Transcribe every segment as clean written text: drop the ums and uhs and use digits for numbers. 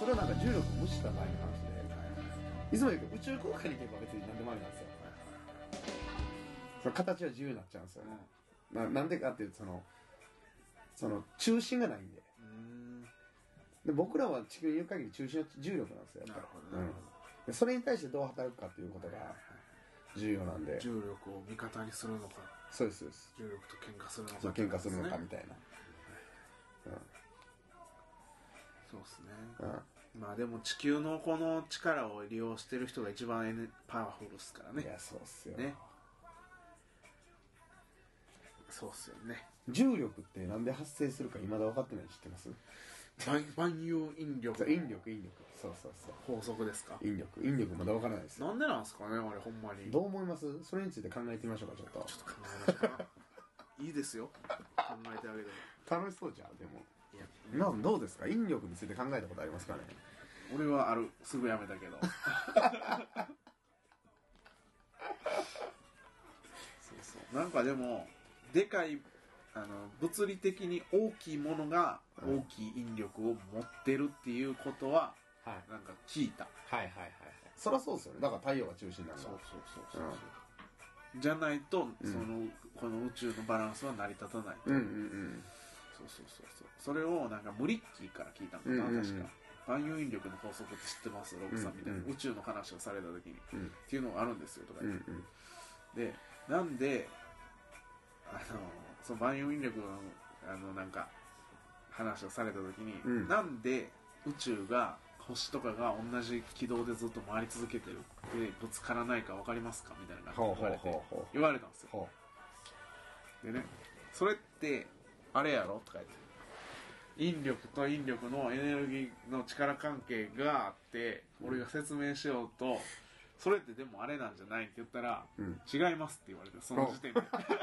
れはなんか重力を無視した場合の話で、いつも言うけど宇宙空間に行けば別に何でもありなんですよ。その形は自由になっちゃうんですよね。なんでかっていうとその中心がないんで。で僕らは地球にいる限り中心は重力なんですよ。やっぱり。でそれに対してどう働くかということが重要なんで。 重力を味方にするのか。 そうですそうです。 重力と喧嘩するのか。 そう喧嘩するのかみたいな。 そうですね。まあでも地球のこの力を利用してる人が一番パワフルですからね。 いやそうっすよね。そうっすよね。 重力ってなんで発生するか未だ分かってないの知ってます？ 万有引力。 引力。そう法則ですか？ 引力まだ分からないです。 なんでなんですかね、あれほんまに。 どう思います？それについて考えてみましょうか。ちょっと考えましょうか。いいですよ、考えてあげても。 楽しそうじゃん。でもいや、 どうですか？引力について考えたことありますかね？ 俺はある。すぐやめたけど。そうなんかでもでかい物理的に大きいものが大きい引力を持ってるっていうことは、なんか聞いた。 そりゃそうですよね。だから太陽が中心なんだ。 そうじゃないと、この宇宙のバランスは成り立たないと。そうそれをなんかムリッキーから聞いたのかな、確か。万有引力の法則って知ってます？ロブさんみたいな、宇宙の話をされた時に、っていうのがあるんですよとか言って、でなんでその万有引力のなんか話をされた時に、なんで宇宙が星とかが同じ軌道でずっと回り続けてるでぶつからないか分かりますかみたいな感じで言われたんですよ。でね、それってあれやろとか言って、引力と引力のエネルギーの力関係があって俺が説明しようと、それってでもあれなんじゃないって言ったら、違いますって言われて、その時点で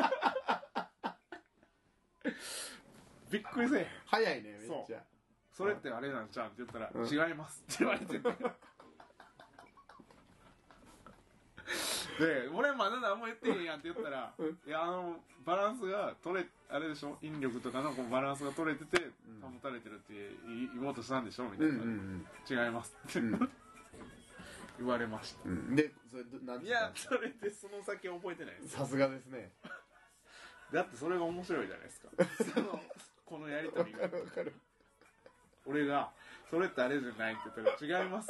びっくりせえへん。 早いねめっちゃ。 それってあれなんちゃうんって言ったら、違いますって言われててで俺まだ何も言ってへんやんって言ったら、いやバランスがあれでしょ、引力とかのこうバランスが取れてて保たれてるって言おうとしたんでしょみたいな、違いますって言われました。 でそれなんていやそれでその先覚えてないです。 さすがですね。 だってそれが面白いじゃないですかこのやりとりが。 わかる。 俺がそれってあれじゃないって言ったら違います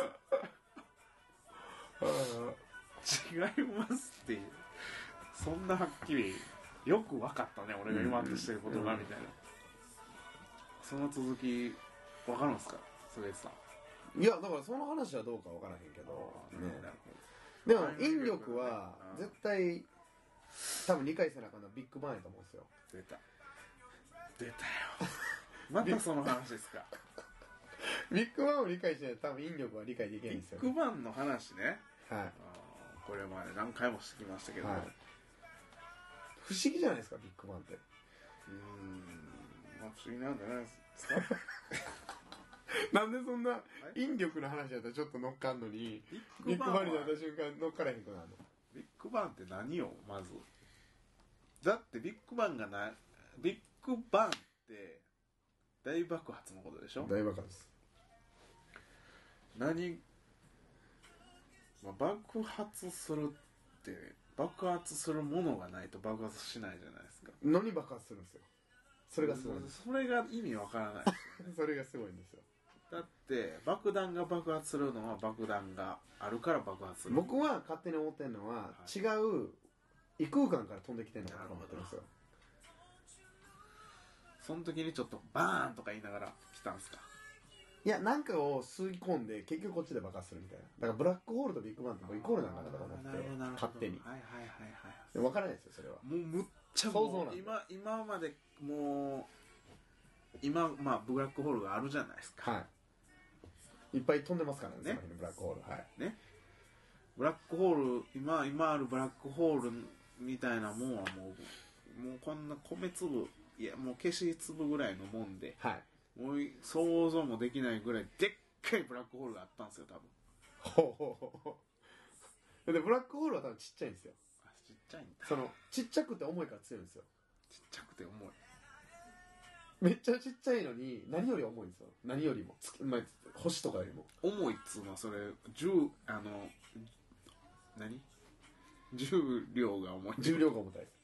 違いますっていう、そんなはっきりよく分かったね俺が言わんとしてることがみたいな。その続き分かるんですか菅井さん？ いやだからその話はどうか分からへんけど、でも引力は絶対多分理解せなあかんのはビッグバンやと思うんですよ。 出たよまたその話ですかビッグバンを理解しないと多分引力は理解できないんですよ。 ビッグバンの話ね。 はいこれまで何回もしてきましたけど、 不思議じゃないですかビッグバンって。 まあ不思議なんじゃないですかなんでそんな引力の話だったらちょっと乗っかんのにビッグバンになった瞬間乗っからへんくなるの？ ビッグバンって何よまず。だってビッグバンって大爆発のことでしょ。 大爆発。 爆発するって爆発するものがないと爆発しないじゃないですか。 のに爆発するんですよ。それがすごい。 それが意味わからないですよねそれがすごいんですよ。 だって爆弾が爆発するのは爆弾があるから爆発する。 僕は勝手に思ってるのは、違う異空間から飛んできてるのかなと思ってるんですよ。 その時にちょっとバーンとか言いながら来たんですか？ いや、なんかを吸い込んで結局こっちで爆発するみたいな。だからブラックホールとビッグバンってイコールなんかなと思って勝手に。分からないですよそれは。 もうむっちゃ想像なんで。 今までもうまあブラックホールがあるじゃないですか。 はい。いっぱい飛んでますからね。ブラックホール。はい。 ね。ブラックホール今あるブラックホールみたいなもんはもうこんな米粒、いやもう消し粒ぐらいのもんで。 はい。 もう想像もできないぐらいでっかいブラックホールがあったんですよ多分。でブラックホールは多分ちっちゃいんですよ。 ちっちゃいんだ。 そのちっちゃくて重いから強いんですよ。 ちっちゃくて重い。 めっちゃちっちゃいのに何より重いんですよ。何よりも、まあ、星とかよりも重いっつうのはそれ重重量が重い。 重量が重たいです、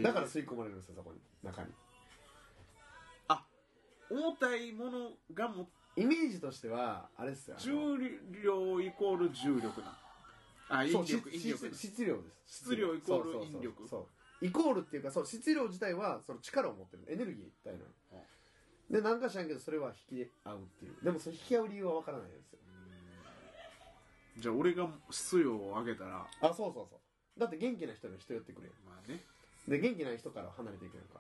だから吸い込まれるんですよ、そこに、中に。 あ、重たいものがもイメージとしてはあれですよ、 重量イコール重力な。あ、引力、 質量です。 質量イコール引力。 そうイコールっていうか、そう質量自体はその力を持ってる、エネルギーみたいなで、なんか知らんけどそれは引き合うっていう。でもその引き合う理由は分からないんですよ。 じゃあ俺が質量を上げたら、 あ、そうだって元気な人に人寄ってくれる。 まあね。 で、元気ない人から離れていくやんか。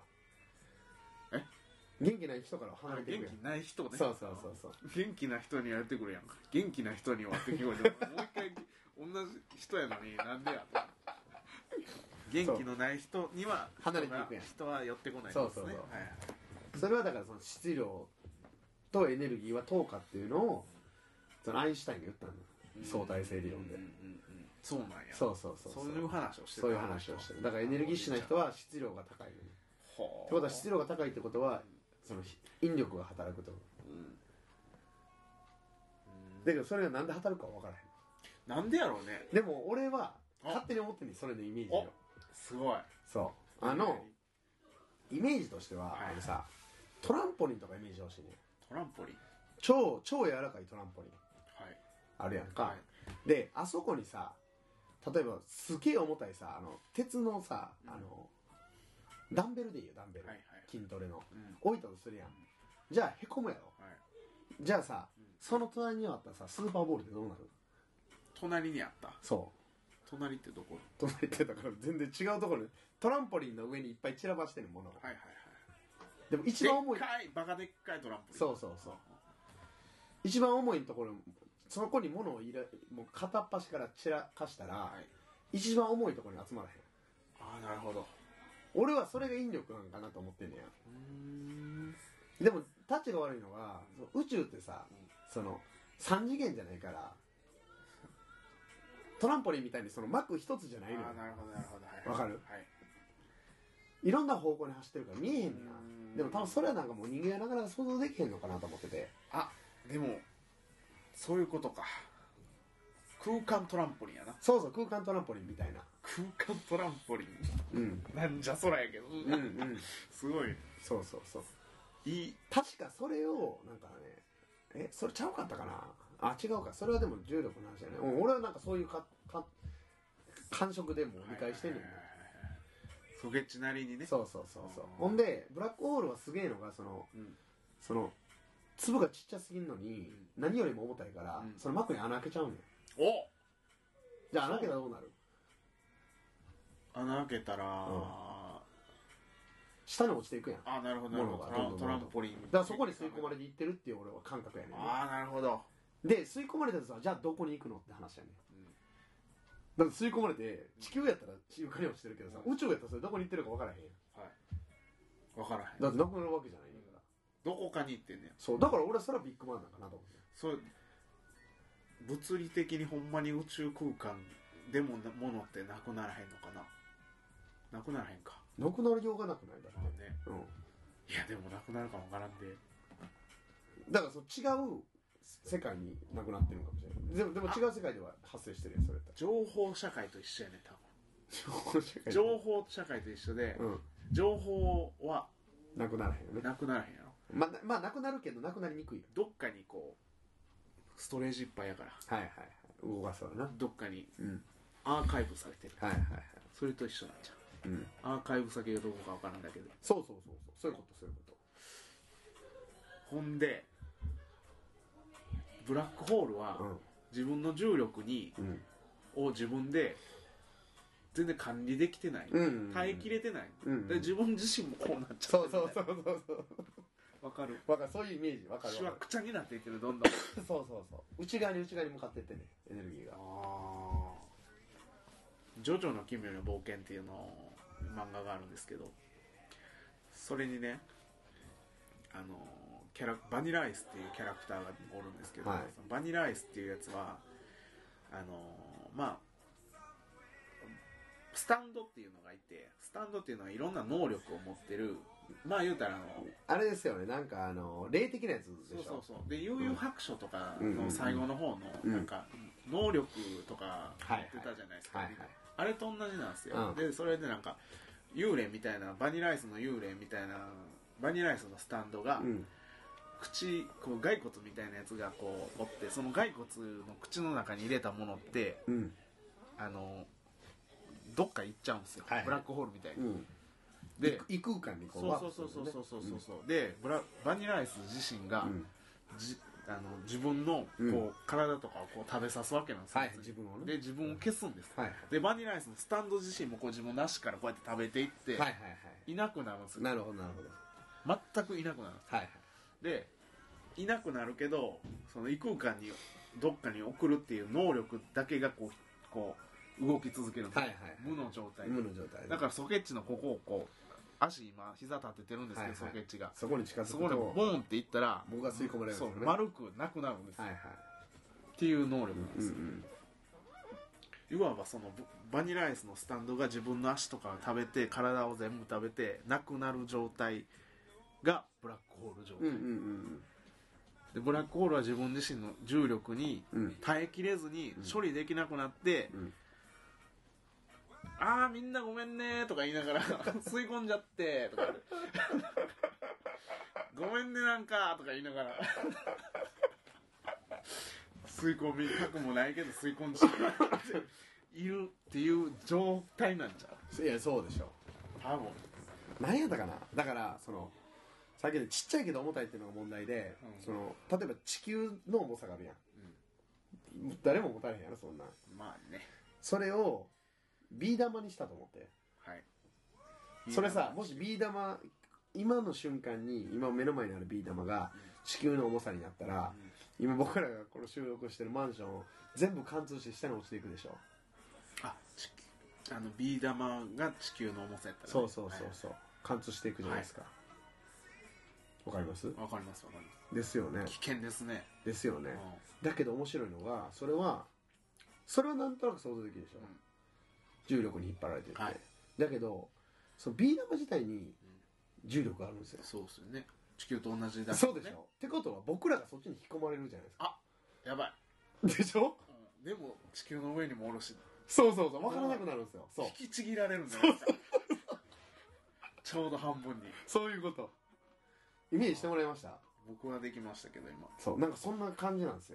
元気ない人から離れていくやん。 元気ない人ね。 そう元気な人にやってくるやんか。元気な人にはって聞こえてもう一回同じ人やのになんでやと。元気のない人には離れていくやん。 人は寄ってこないんですね。 それはだからその質量とエネルギーは等価っていうのをそのアインシュタインが言ったんだ。相対性理論で。 そうなんや。 そういう話をしてる。 そういう話をしてる。だからエネルギッシュな人は質量が高いのに。ってことは質量が高いってことはその引力が働くと。だけどそれがなんで働くか分からへん。 なんでやろうね。 でも俺は勝手に思ってんねん、それのイメージを。 すごい。 そうイメージとしては、あのさ、トランポリンとかイメージ欲しいね。 トランポリン、 超柔らかいトランポリンあるやんか、であそこにさ、例えばすげえ重たいさ、鉄のさ、ダンベルでいいよ、ダンベル、筋トレの、置いたとするやん。じゃあへこむやろ、じゃあさ、その隣にあったさスーパーボールってどうなる？ 隣にあった。 そう隣ってどこ？ 隣ってだから全然違うところにトランポリンの上にいっぱい散らばしてるものを、でも一番重いバカでっかいトランポリン。 そう一番重いところ、そこに物を入れ、もう片っ端から散らかしたら、一番重いところに集まらへん。 ああ、なるほど。 俺はそれが引力なんかなと思ってんねや。でもタッチが悪いのが、宇宙ってさ、その3次元じゃないからトランポリンみたいにその膜一つじゃないのよ。 なるほど。 わかる？いろんな方向に走ってるから見えへんねんな。でも多分それはなんかもう人間はなかなか想像できへんのかなと思ってて。 でもそういうことか。空間トランポリンやな。 そう空間トランポリンみたいな。 空間トランポリン、なんじゃそらやけど、すごい。 そう確かそれをなんかね、それちゃうかったかな。違うか、それはでも重力の話だね。俺はなんかそういう感触でも理解してんねん。 ソゲッチなりにね。 そうほんでブラックホールはすげえのがその粒がちっちゃすぎんのに何よりも重たいから、その膜に穴開けちゃうねん。じゃあ穴開けたらどうなる？ 穴開けたら、 下に落ちていくやん。 なるほど。トランポリン。 だからそこに吸い込まれていってるっていう俺は感覚やねん。 なるほど。 で吸い込まれたらさ、じゃあどこに行くのって話やねん。だって吸い込まれて地球やったら床に落ちてるけどさ、宇宙やったらそれどこに行ってるか分からへんやん。 分からへん。 だってなくなるわけじゃないんだから。 どこかに行ってんねん。 そうだから俺はそれはビッグバンなんかなと思って。 そう物理的にほんまに宇宙空間でもものってなくならへんのかな。なくならへんか。 なくなりようがなくない？だってね。いやでもなくなるかもわからんで。 だから違う世界になくなってるかもしれない。でも違う世界では発生してるやん、それって。 情報社会と一緒やね多分。情報社会と一緒で、情報はなくならへんよね。 なくならへんやろ。 まあなくなるけどなくなりにくいよ。 どっかにこうストレージいっぱいやから。 動かすわな。 どっかにアーカイブされてる。それと一緒なんじゃん。アーカイブ先がどこかわからんだけど。 そういうことほんでブラックホールは自分の重力に、を自分で全然管理できてない、耐えきれてない、で自分自身もこうなっちゃう。 そうわかるそういうイメージわかる。 しわくちゃになっていってる、どんどん。 そう内側に向かってってね、エネルギーが。 ジョジョの奇妙な冒険っていうの漫画があるんですけど、それにねバニラアイスっていうキャラクターがおるんですけど、そのバニラアイスっていうやつはスタンドっていうのがいて、スタンドっていうのはいろんな能力を持ってるまあ言うたらあれですよね、なんか霊的なやつでしょ。 そうで悠々白書とかの最後の方のなんか能力とか言ってたじゃないですか、あれと同じなんですよ、でそれでなんか幽霊みたいな、バニラアイスの幽霊みたいな、バニラアイスのスタンドが、口こう骸骨みたいなやつがこうおって、その骸骨の口の中に入れたものって、どっか行っちゃうんですよ、ブラックホールみたいに、 で異空間にこうそうでバニラアイス自身が、自分のこう、体とかをこう食べさすわけなんですよ、 自分をね。 で自分を消すんです、でバニラアイスのスタンド自身もこう自分の足からこうやって食べていって、いなくなるんですよ。 なるほどなるほど、全くいなくなるんです、でいなくなるけど、その異空間にどっかに送るっていう能力だけがこう動き続けるんですよ、無の状態だからソケッチのここをこう足今膝立ててるんですけど、ソケッチがそこに近づくと、 そこでボーンっていったら僕が吸い込まれるんですよね。 丸くなくなるんですよ、っていう能力なんですよ、いわばそのバニラアイスのスタンドが自分の足とかを食べて、体を全部食べてなくなる状態がブラックホール状態、でブラックホールは自分自身の重力に耐えきれずに処理できなくなって、あーみんなごめんねとか言いながら吸い込んじゃってとかごめんねなんかとか言いながら吸い込みたくもないけど吸い込んじゃっているっていう状態なんじゃう。いやそうでしょ、 多分。 何やったかな。だからそのさっきでちっちゃいけど重たいっていうのが問題で、その例えば地球の重さがあるやん、誰も持たれへんやろそんな。 まあね、 それをビー玉にしたと思って、それさ、もしビー玉今の瞬間に今目の前にあるビー玉が地球の重さになったら、今僕らがこの収録してるマンションを全部貫通して下に落ちていくでしょ。 ビー玉が地球の重さやったら、 そう貫通していくじゃないですか。わかります？ わかりますですよね。 危険ですね。 ですよね。だけど面白いのが、それはなんとなく想像できるでしょ、重力に引っ張られていて、だけどそのビー玉自体に重力があるんですよ。 そうですよね、地球と同じだ、 そうでしょ。ってことは僕らがそっちに引き込まれるじゃないですか。 やばいでしょ、 でも地球の上にもおるし、 そう分からなくなるんですよ。 引きちぎられるんじゃないですかちょうど半分に。 そういうことイメージしてもらいました？ 僕はできましたけど今。 そう、なんかそんな感じなんですよ。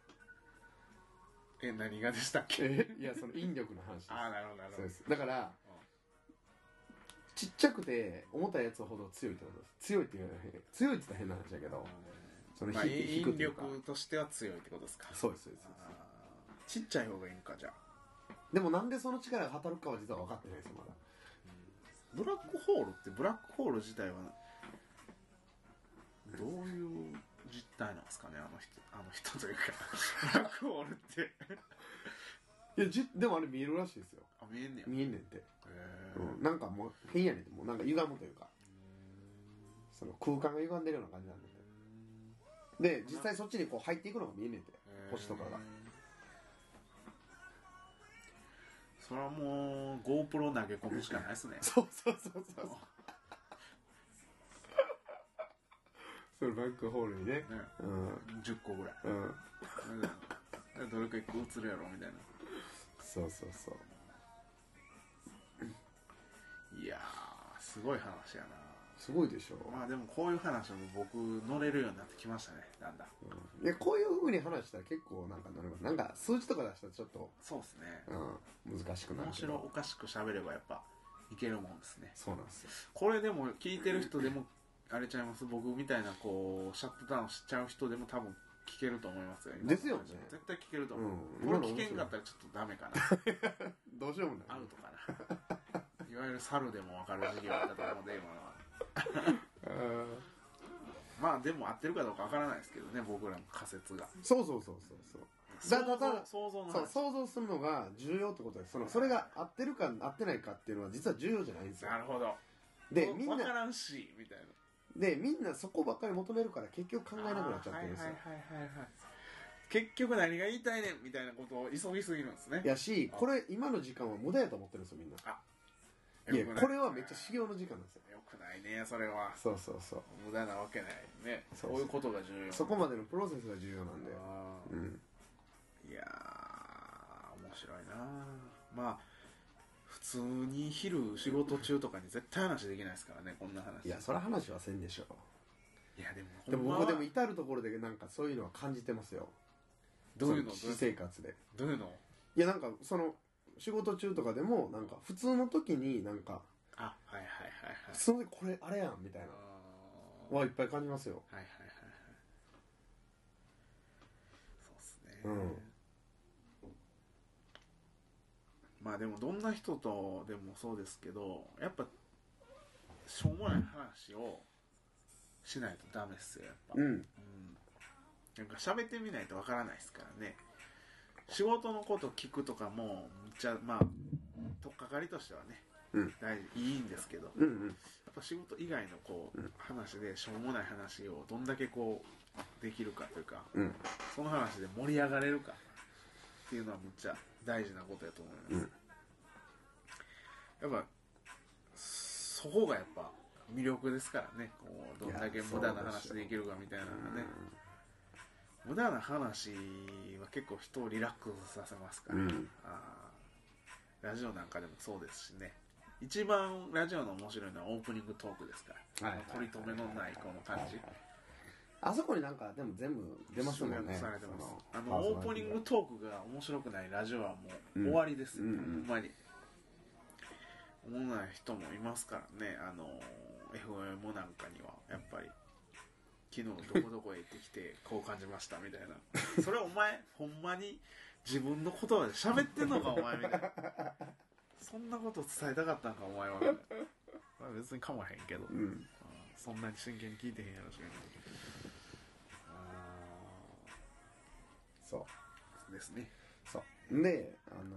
何がでしたっけ？ いや、その引力の話です。 なるほどそうです。だから、ちっちゃくて重たいやつほど強いってことです。強いって言ったら変な話だけど、その引力としては強いってことですか？ そうです。 ちっちゃい方がいいのか、じゃあ。 でもなんでその力が働くかは実は分かってないですよ、まだ。 ブラックホールって、ブラックホール自体はどういう実態なんですかね、あの人というかブラックホールっていやでもあれ見えるらしいですよ。 見えんねん。 見えんねんって。なんかもう変やねんって、もうなんか歪むというか、その空間が歪んでるような感じなんで、で実際そっちにこう入っていくのが見えんねんって、星とかが。 それはもう GoPro 投げ込むしかないですね。 そうそのバックホールにね、 10個ぐらい、どれか1個映るやろみたいな。 そういやー、すごい話やな。 すごいでしょ。 まあでもこういう話も僕乗れるようになってきましたね、だんだん。 いや、こういう風に話したら結構なんか乗れます。なんか数字とか出したらちょっと、 そうですね、 難しくなるけど、 面白おかしく喋ればやっぱいけるもんですね。 そうなんですよ。 これでも聞いてる人でもあれちゃいます、僕みたいなこうシャットダウンしちゃう人でも多分聞けると思いますよ。 ですよね。 絶対聞けると思う。これ聞けんかったらちょっとダメかなどうしようもない、 アウトかないわゆる猿でも分かる授業だったと思うので今のはまあでも合ってるかどうか分からないですけどね、僕らの仮説が。 そうだ想像の話。想像するのが重要ってことです。それが合ってるか合ってないかっていうのは実は重要じゃないんですよ。 なるほど。 でみんな分からんしみたいな。 でみんなそこばっかり求めるから結局考えなくなっちゃってるんですよ。 結局何が言いたいねんみたいなことを急ぎすぎるんですね。 やし、これ今の時間は無駄やと思ってるんですよ、みんな。 いやこれはめっちゃ修行の時間なんですよ。 よくないねそれは。 そうそうそう。 無駄なわけないね。 そうこういうことが重要。 そこまでのプロセスが重要なんで。うん。 いやー面白いな。まあ普通に昼仕事中とかに絶対話できないですからね、こんな話。 いやそれは話はせんでしょ。 いやでも僕でも至るところでなんかそういうのは感じてますよ。 どういうの？ 私生活で。 どういうの？ いやなんかその仕事中とかでもなんか普通の時になんかはいはいはいはい。 普通にこれあれやんみたいなはいっぱい感じますよ。 はいはいはいはい。そうっすね。 うん。 まあでもどんな人とでもそうですけど、やっぱしょうもない話をしないとダメっすよやっぱ。 うん。 なんか喋ってみないとわからないですからね。仕事のこと聞くとかもめっちゃまあ取っかかりとしてはね、いいんですけど、やっぱ仕事以外のこう、話でしょうもない話をどんだけこうできるかというか、その話で盛り上がれるかっていうのはめっちゃ大事なことやと思います。やっぱそこがやっぱ魅力ですからね。こうどんだけ無駄な話できるかみたいなのがね。無駄な話は結構人をリラックスさせますから、ラジオなんかでもそうですしね。一番ラジオの面白いのはオープニングトークですから、取り留めのないこの感じ、 あそこになんかでも全部出ますもんね。 されてます。オープニングトークが面白くないラジオはもう終わりですよ、ほんまに。思わない人もいますからね。FM なんかにはやっぱり昨日どこどこへ行ってきてこう感じましたみたいな。それお前ほんまに自分の言葉で喋ってんのかお前みたいな。そんなこと伝えたかったんかお前はみたいな。まあ別にかまへんけど、そんなに真剣に聞いてへんやろし。 そうですね。 そうで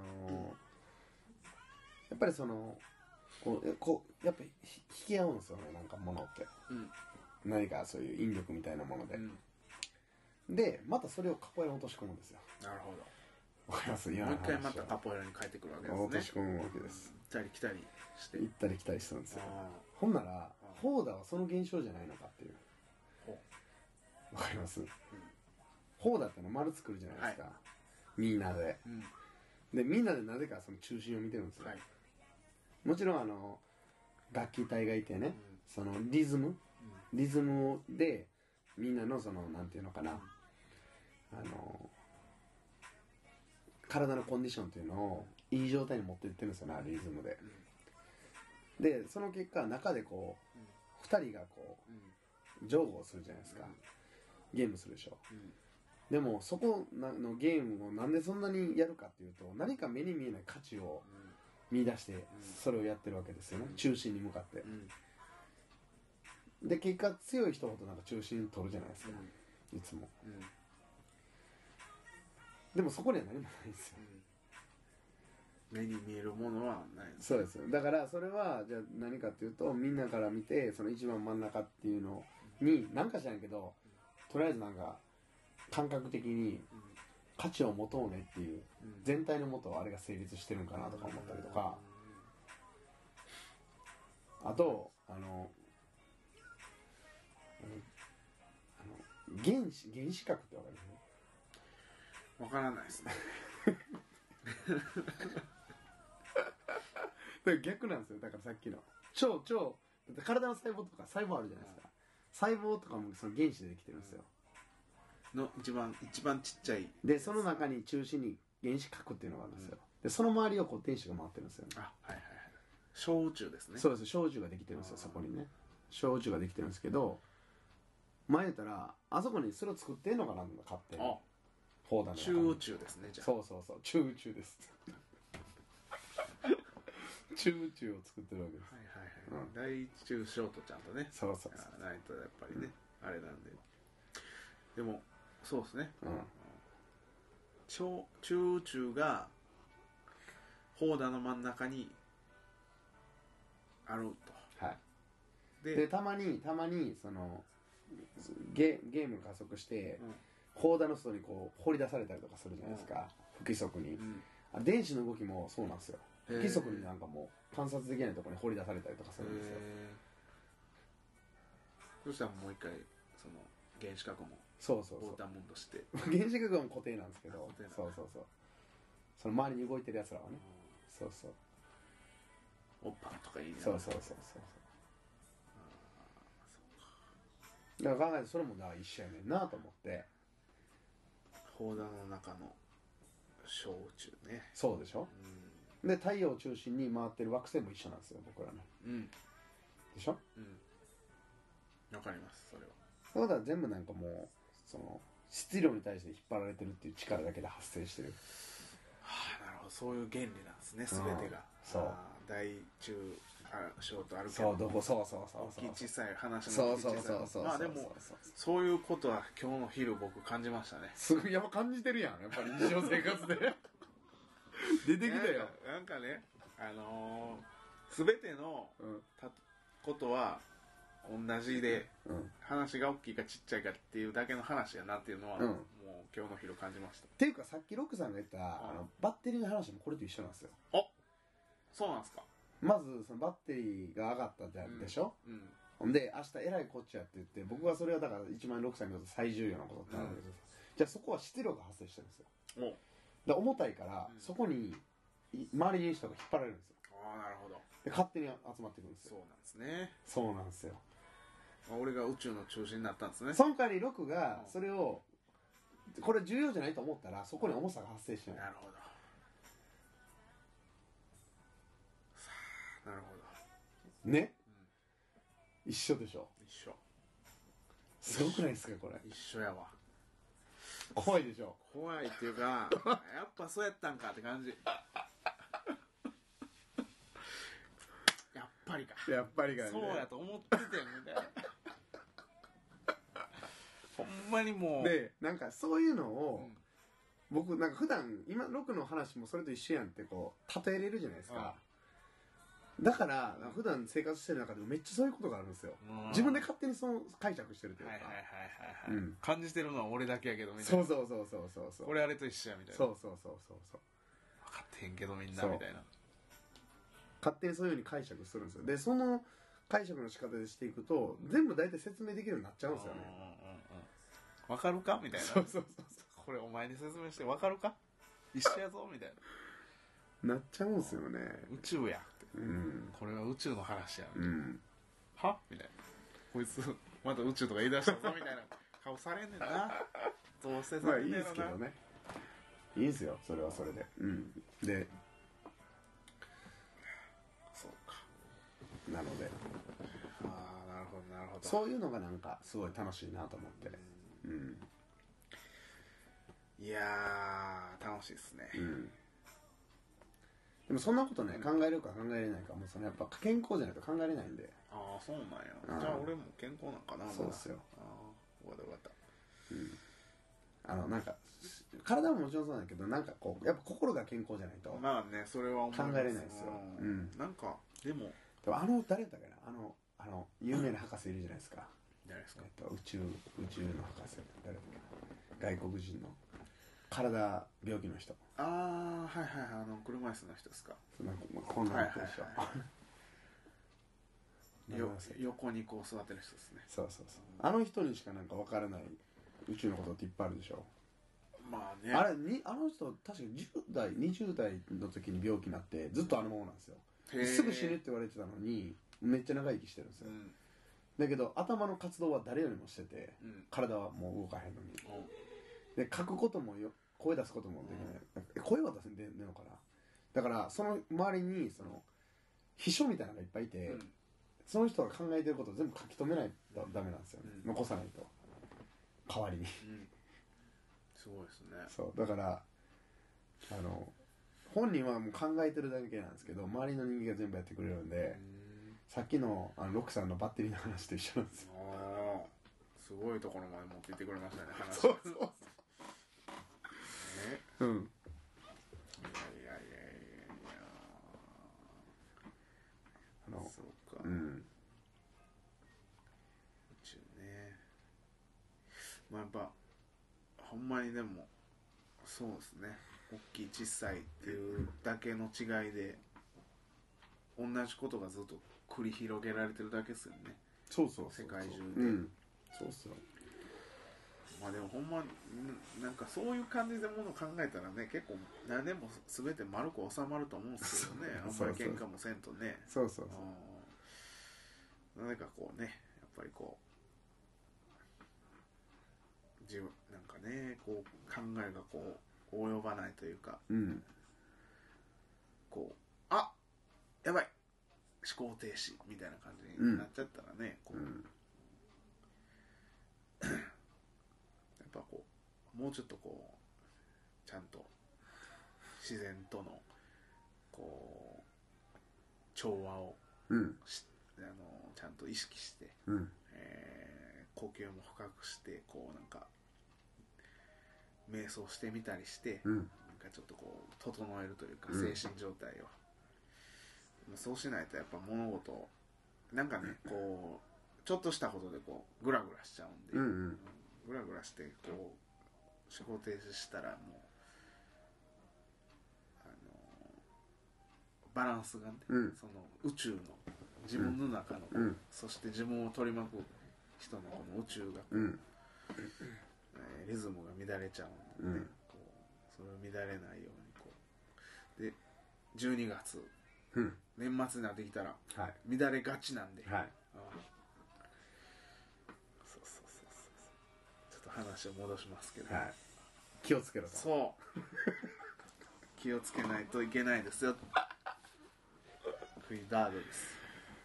やっぱりそのやっぱり引き合うんですよね、なんか物って、何かそういう引力みたいなもので、でまたそれをカポエラに落とし込むんですよ。 なるほど。 わかります？もう一回またカポエラに帰ってくるわけですね。 落とし込むわけです。 行ったり来たりして行ったり来たりするんですよ。ほんならホーダはその現象じゃないのかっていう。わかります？ホーダっての丸作るじゃないですか、みんなで、でみんなでなぜかその中心を見てるんですよ。もちろん楽器隊がいてね、そのリズムでみんなのそのなんていうのかな、体のコンディションというのをいい状態に持っていってるんですよね、リズムで。でその結果中でこう2人がこう譲歩をするじゃないですか、ゲームするでしょ、でもそこのゲームをなんでそんなにやるかっていうと、何か目に見えない価値を見出してそれをやってるわけですよね、中心に向かって、で結果強い人ほどなんか中心に取るじゃないですか、いつも、でもそこには何もないんですよ、 目に見えるものはないです。 そうですよ。だからそれはじゃあ何かっていうと、みんなから見てその一番真ん中っていうのに何か知らんけど、とりあえずなんか感覚的に価値を持とうねっていう全体のもとあれが成立してるんかなとか思ったりとか、あと原子核ってわかる？ わからないですね。 だから逆なんですよ。だからさっきの体の細胞とか細胞あるじゃないですか、細胞とかもその原子でできてるんですよ、 の一番ちっちゃいでその中に中心に原子核っていうのがあるんですよ、でその周りをこう電子が回ってるんですよね。 小宇宙ですね。 そうです、小宇宙ができてるんですよ、そこにね小宇宙ができてるんですけど、前言ったらあそこにそれを作ってんのかな、勝手に砲弾の中に。 中宇宙ですね。じゃあそう中宇宙です中宇宙を作ってるわけです。 大中小とちゃんとねそうないとやっぱりね、あれなんで。でもそうですね、中宇宙が砲弾の真ん中にあると。 でたまにそのゲーム加速して、砲弾の外にこう放り出されたりとかするじゃないですか、不規則に、電子の動きもそうなんですよ。 不規則になんかもう観察できないところに掘り出されたりとかするんですよ。 そしたらもう一回その原子核もそうそうそうウォータームンドして原子核は固定なんですけど、 固定なんだそうそうそう、その周りに動いてるやつらはね、そうそう、 オッパとか言いながらそうそうそうそう、だから考えてそれもだから一緒やねんなと思って。 砲弾の中の小宇宙ね。 そうでしょ、うん、で太陽を中心に回ってる惑星も一緒なんですよ僕らの、うん、でしょ、うん、 わかります。それはだから全部なんかもうその質量に対して引っ張られてるっていう力だけで発生してる。 はあ、なるほど、そういう原理なんですね、全てが。 そう、 大中小とあるけど、 そうそうそうそうそう、 大きい小さい話の大きい小さい、まあでもそういうことは今日の昼僕感じましたね。 すごいやっぱ感じてるやん、やっぱり日常生活で出てきたよ。 なんかね、全てのことは同じで、うん、話が大きいかちっちゃいかっていうだけの話やなっていうのは、うん、もう今日の昼感じました。 っていうかさっきロックさんが言った、バッテリーの話もこれと一緒なんですよ。 あ、そうなんですか。 まずそのバッテリーが上がったでしょ、ほんで明日えらいこっちゃって言って僕はそれはだから一番ロックさんにとって最重要なことってなるんですよ、じゃあそこは質量が発生してるんですよ。だ重たいから、そこに周りにいる人が引っ張られるんですよ。 ああ、なるほど。 で勝手に集まってくるんですよ。 そうなんですね。 そうなんですよ。 俺が宇宙の中心になったんですね。 その代わりロクがそれを、これ重要じゃないと思ったらそこに重さが発生しない。 なるほど。なるほどね、うん、一緒でしょ。 一緒。 すごくないですかこれ。 一緒やわ。 怖いでしょ。 怖いっていうかやっぱそうやったんかって感じ。やっぱりか。 やっぱりか、ね、 そうやと思ってたよみたいなほんまにもうでなんかそういうのを、僕なんか普段今ロクの話もそれと一緒やんってこう例えれるじゃないですか。だから普段生活してる中でもめっちゃそういうことがあるんですよ。自分で勝手にその解釈してるというか、 感じてるのは俺だけやけどみたいな。 そうそうそうそうそう、 俺あれと一緒やみたいな。 そうそうそうそうそう、 分かってへんけどみんなみたいな。 勝手にそういう風に解釈するんですよ。でその解釈の仕方でしていくと全部大体説明できるようになっちゃうんですよね。 分かるかみたいな。 そうそうそうそう、 これお前に説明して分かるか一緒やぞみたいななっちゃうんですよね。 宇宙やって、うん、これは宇宙の話やみたいな、うん、はみたいな、こいつまた宇宙とか言い出したぞみたいな顔されんねんな。どうせされんねんな。まあいいですけどね、 いいですよそれはそれで、うん、でそうか、 なので、 ああ、なるほどなるほど、 そういうのがなんかすごい楽しいなと思って、うん、 いやー楽しいですね、うん、 でもそんなことね、考えるか考えれないかもうそのやっぱ健康じゃないと考えれないんで。 ああ、そうなんや。じゃあ俺も健康なんかな。 そうですよ。 ああ、わかったわかった。 うん、なんか体ももちろんそうなんだけど、なんかこうやっぱ心が健康じゃないとまあね、それは考えれないですよ。うん、 なんかでも誰だったっけな、有名な博士いるじゃないですか。 誰ですか。 宇宙の博士、誰だっけな、外国人の体病気の人。 ああ、はいはいはい、車椅子の人ですか。 なんかこんな人でしょ。 横にこう座ってる人ですね。 そうそうそう。あの人にしかなんか分からない宇宙のことっていっぱいあるでしょ。 まあね。 あの人確か10代20代の時に病気になってずっとあのままなんですよ。すぐ死ぬって言われてたのにめっちゃ長生きしてるんですよ。だけど頭の活動は誰よりもしてて、体はもう動かへんのに。で書くことも声出すこともできない、声は出せんでんのかな。だからその周りにその秘書みたいなのがいっぱいいて、その人が考えてることを全部書き留めないとダメなんですよね、残さないと代わりに、 すごいですね。 そうだから本人はもう考えてるだけなんですけど周りの人間が全部やってくれるんで、さっきのロックさんのバッテリーの話と一緒なんですよ。 すごいところまで持っていってくれましたね、話。 そうそうそう、うん、いやそうか、 うん、宇宙ね。まあやっぱほんまにでもそうですね、大きい小さいっていうだけの違いで同じことがずっと繰り広げられてるだけですよね。 そうそう世界中で、 そうっすよ。 まあでもほんまなんかそういう感じでものを考えたらね、結構何でも全て丸く収まると思うんですけどね。あんまり喧嘩もせんとね。 そうそうそう。 何かこうね、やっぱりこう自分なんかね、こう考えがこう及ばないというか、こうやばい思考停止みたいな感じになっちゃったらね、こうやっぱこうもうちょっとこうちゃんと自然とのこう調和をちゃんと意識して、呼吸も深くしてこうなんか瞑想してみたりして、なんかちょっとこう整えるというか、精神状態を、そうしないとやっぱ物事をなんかね、こうちょっとしたことでこうグラグラしちゃうんで、グラグラしてこう思考停止したらもうバランスがね、その宇宙の自分の中の、そして自分を取り巻く人のこの宇宙が、リズムが乱れちゃうんで、ね、こうそれを乱れないようにこうで12月、年末になってきたら、乱れがちなんで、そうちょっと話を戻しますけど、 気をつけろと。 そう気をつけないといけないですよ。クイダードです。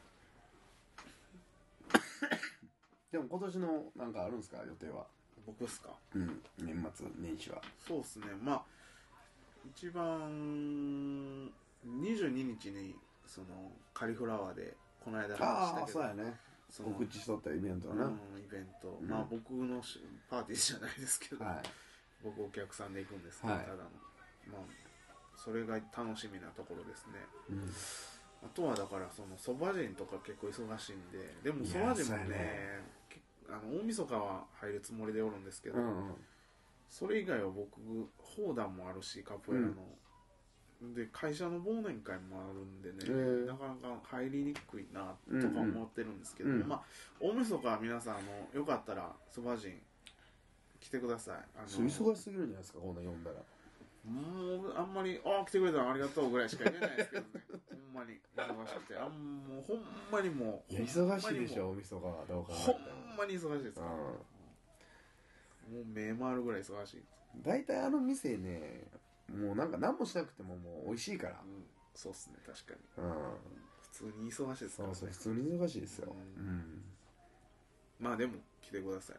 でも今年のなんかあるんですか、予定は。 僕ですか。 年末年始は。 そうですね。まあ一番22日にそのカリフラワーでこの間話したけど、 そうやね。告知しとったイベントな。 イベント、まあ僕のパーティーじゃないですけど、僕お客さんで行くんですけど、ただのまあそれが楽しみなところですね。あとはだからその蕎麦人とか結構忙しいんで、でも蕎麦人もね、大晦日は入るつもりでおるんですけど、それ以外は僕砲弾もあるしカポエラの、で会社の忘年会もあるんでね、なかなか入りにくいなとか思ってるんですけど、まあ大晦日は皆さんよかったら蕎麦人来てください。 忙しすぎるんじゃないですか、こんな読んだら。 もうあんまり来てくれたらありがとうぐらいしか言えないですけどね。ほんまに忙しくて、もうほんまにもう忙しいでしょ、大晦日は。どうかほんまに忙しいですから、もう目回るぐらい忙しい。 大体あの店ね、もうなんか何もしなくてももう美味しいから。 そうっすね、確かに。普通に忙しいですからね。 そう普通に忙しいですよ。 まあでも来てください。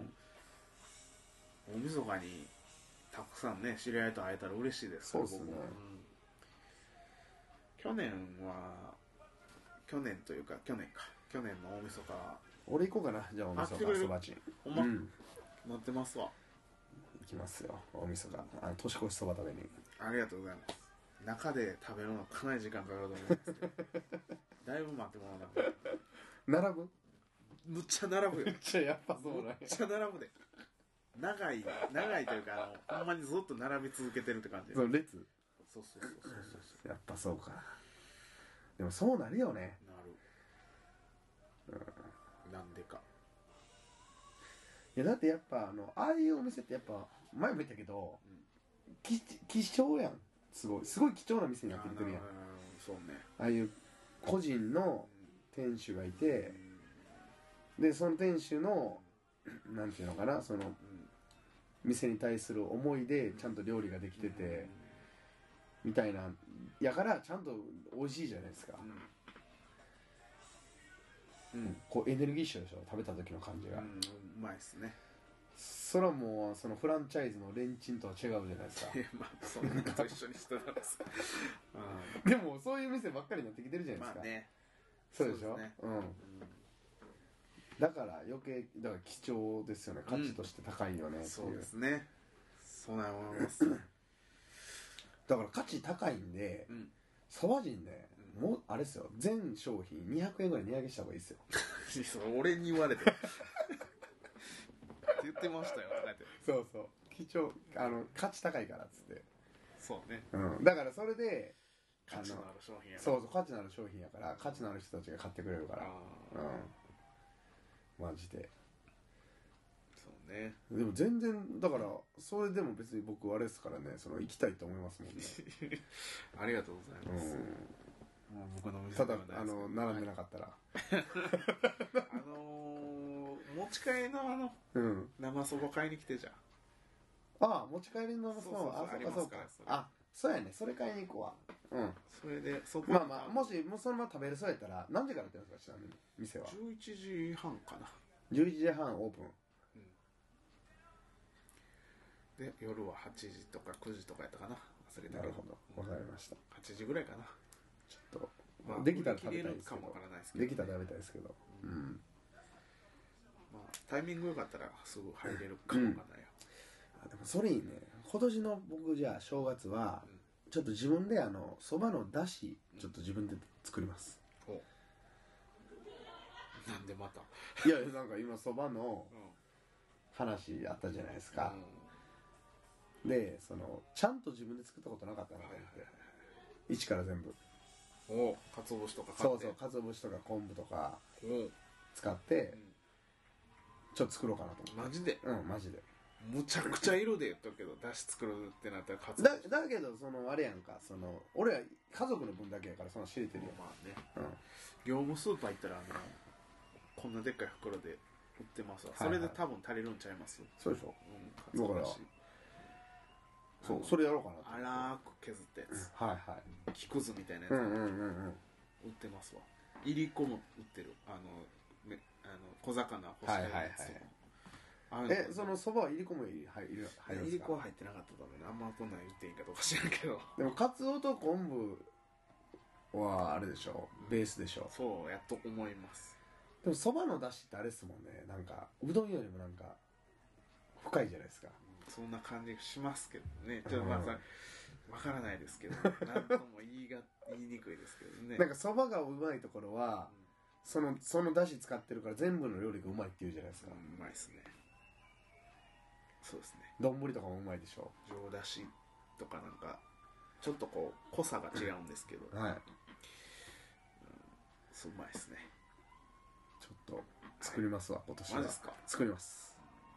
大晦日にたくさんね知り合いと会えたら嬉しいですから。 そうですね。 去年というか去年の大晦日は俺行こうかな。じゃあ大晦日そばちん。 ほんま、待ってますわ。 行きますよ、大晦日。年越しそば食べに。 ありがとうございます。中で食べるのかなり時間かかると思うんですけどだいぶ待ってもらうな。 並ぶ？ むっちゃ並ぶよ。 めっちゃやっぱそうなんや。 むっちゃ並ぶで。長いというかほんまにずっと並び続けてるって感じ。 その列？ そうやっぱそうか。でもそうなるよね。 なる。なんでか。 いやだってやっぱああいうお店ってやっぱ前も言ったけど、貴重やん。すごい貴重な店になってきてるやん。 そうね。 ああいう個人の店主がいて、でその店主のなんていうのかな、その店に対する思いでちゃんと料理ができててみたいなやからちゃんと美味しいじゃないですか。こうエネルギッシュでしょ、食べた時の感じが。 うまいっすね。 それはもうそのフランチャイズのレンチンとは違うじゃないですか。 まあそんなのと一緒にしてたんですでもそういう店ばっかりになってきてるじゃないですか。 まあね。 そうでしょ。だから余計だから貴重ですよね。価値として高いよねっていう。 そうですね。そうな思います。 だから価値高いんで、蕎麦人ね、もうあれですよ、全商品200円ぐらい値上げした方がいいですよ。 俺に言われてって言ってましたよ。 そう貴重、価値高いからっつって。 そうね。 だからそれで価値のある商品やな。 そうそう、価値のある商品やから価値のある人たちが買ってくれるから、マジで。 そうね。 でも全然だからそれでも別に僕あれですからね、その行きたいと思いますもんね。 ありがとうございます。もう僕の店ただではないですけど、 並んでなかったら、 持ち帰りの生そば買いに来てじゃん。 ああ、持ち帰りのそうそうあ、 ありますから。 あ、そうやね、それ買いに行こうわ。 それでそこまあまあ、もしもうそのまま食べれそうやったら何時からやってるんですか、ちなみに店は。 11時半かな。 11時半オープン。 で夜は8時とか9時とかやったかな、忘れたけど。 なるほど、わかりました。 8時ぐらいかな。 ちょっと、 まあ、 できたら食べたいですけど、できたら食べたいですけど、 まあ、タイミングよかったらすぐ入れるかもわかんないよ。 でもそれいいね。今年の僕じゃあ正月はちょっと自分でそばのだしちょっと自分で作ります。 なんでまた。 いやなんか今そばの話あったじゃないですか。でちゃんと自分で作ったことなかったなと思って、一から全部。 かつお節とか買って。そうそう、かつお節とか昆布とか使ってちょっと作ろうかなと思って。 マジで？ マジで。 むちゃくちゃ色で言っとくけど、だし作るってなったらかつお節だけどあれやんか、俺は家族の分だけやからそんな知れてるよ。 まあね、業務スーパー行ったらこんなでっかい袋で売ってますわ。それで多分足りるんちゃいます？ そうでしょ。だからそう、それやろうかなと。粗く削ったやつ。 はいはい。 木くずみたいなやつ売ってますわ。いりこも売ってる。小魚干したやつとか。 そばはいりこも入るんですか？ いりこは入ってなかったと思うね。あんまこんなん言っていいかどうか知らんけど。 でもかつおと昆布はあれでしょ、ベースでしょ。 そうやと思います。 でもそばのだしってあれですもんね、なんかうどんよりもなんか深いじゃないですか。 そんな感じしますけどね。ちょっとまあさ、わからないですけど、なんとも言いにくいですけどね。 なんかそばがうまいところは、そのだし使ってるから全部の料理がうまいって言うじゃないですか。 うまいですね。そうですね。 丼とかもうまいでしょ。 上だしとかなんかちょっとこう濃さが違うんですけど、 はい。 そううまいですね。 ちょっと作りますわ、今年は。 マジですか？ 作ります。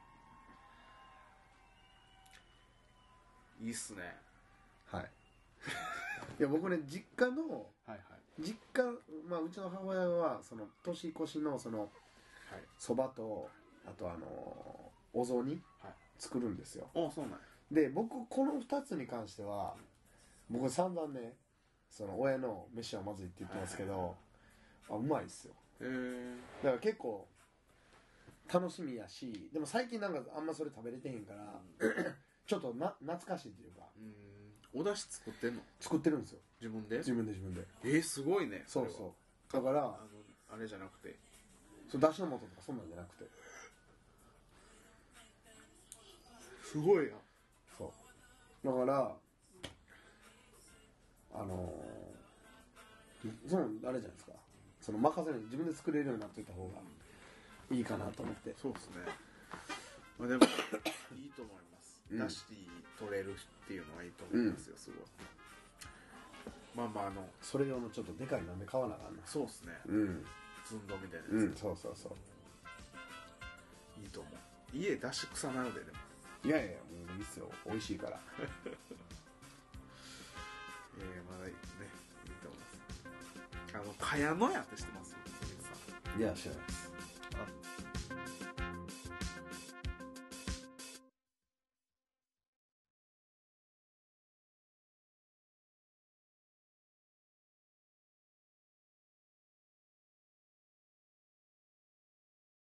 いいっすね。 はい。いや僕ね、実家の実家、まあうちの母親は年越しのそばとあとお雑煮作るんですよ。 そうなんや。 で僕この2つに関しては僕散々ね、親の飯はまずいって言ってますけど、うまいっすよ。だから結構楽しみやし、でも最近なんかあんまそれ食べれてへんからちょっと懐かしいっていうか。 お出汁作ってんの？ 作ってるんですよ。 自分で？ 自分で。 すごいね。 そうそう。だからあれじゃなくて、 だしの素とかそんなんじゃなくて。 すごいな。 そう。だからあれじゃないですか。任せる、自分で作れるようになっといた方がいいかなと思って。 そうですね。まあでもいいと思います。だし取れるっていうのはいいと思いますよ、すごい。まあそれ用のちょっとでかい鍋買わなあかんな。 そうですね。ずんどみたいなやつ。 そう。 いいと思う。家だし臭なるで。でもいやもういいっすよ、美味しいから。 まだね、いいと思います。茅野屋って知ってます？ いや知らないです。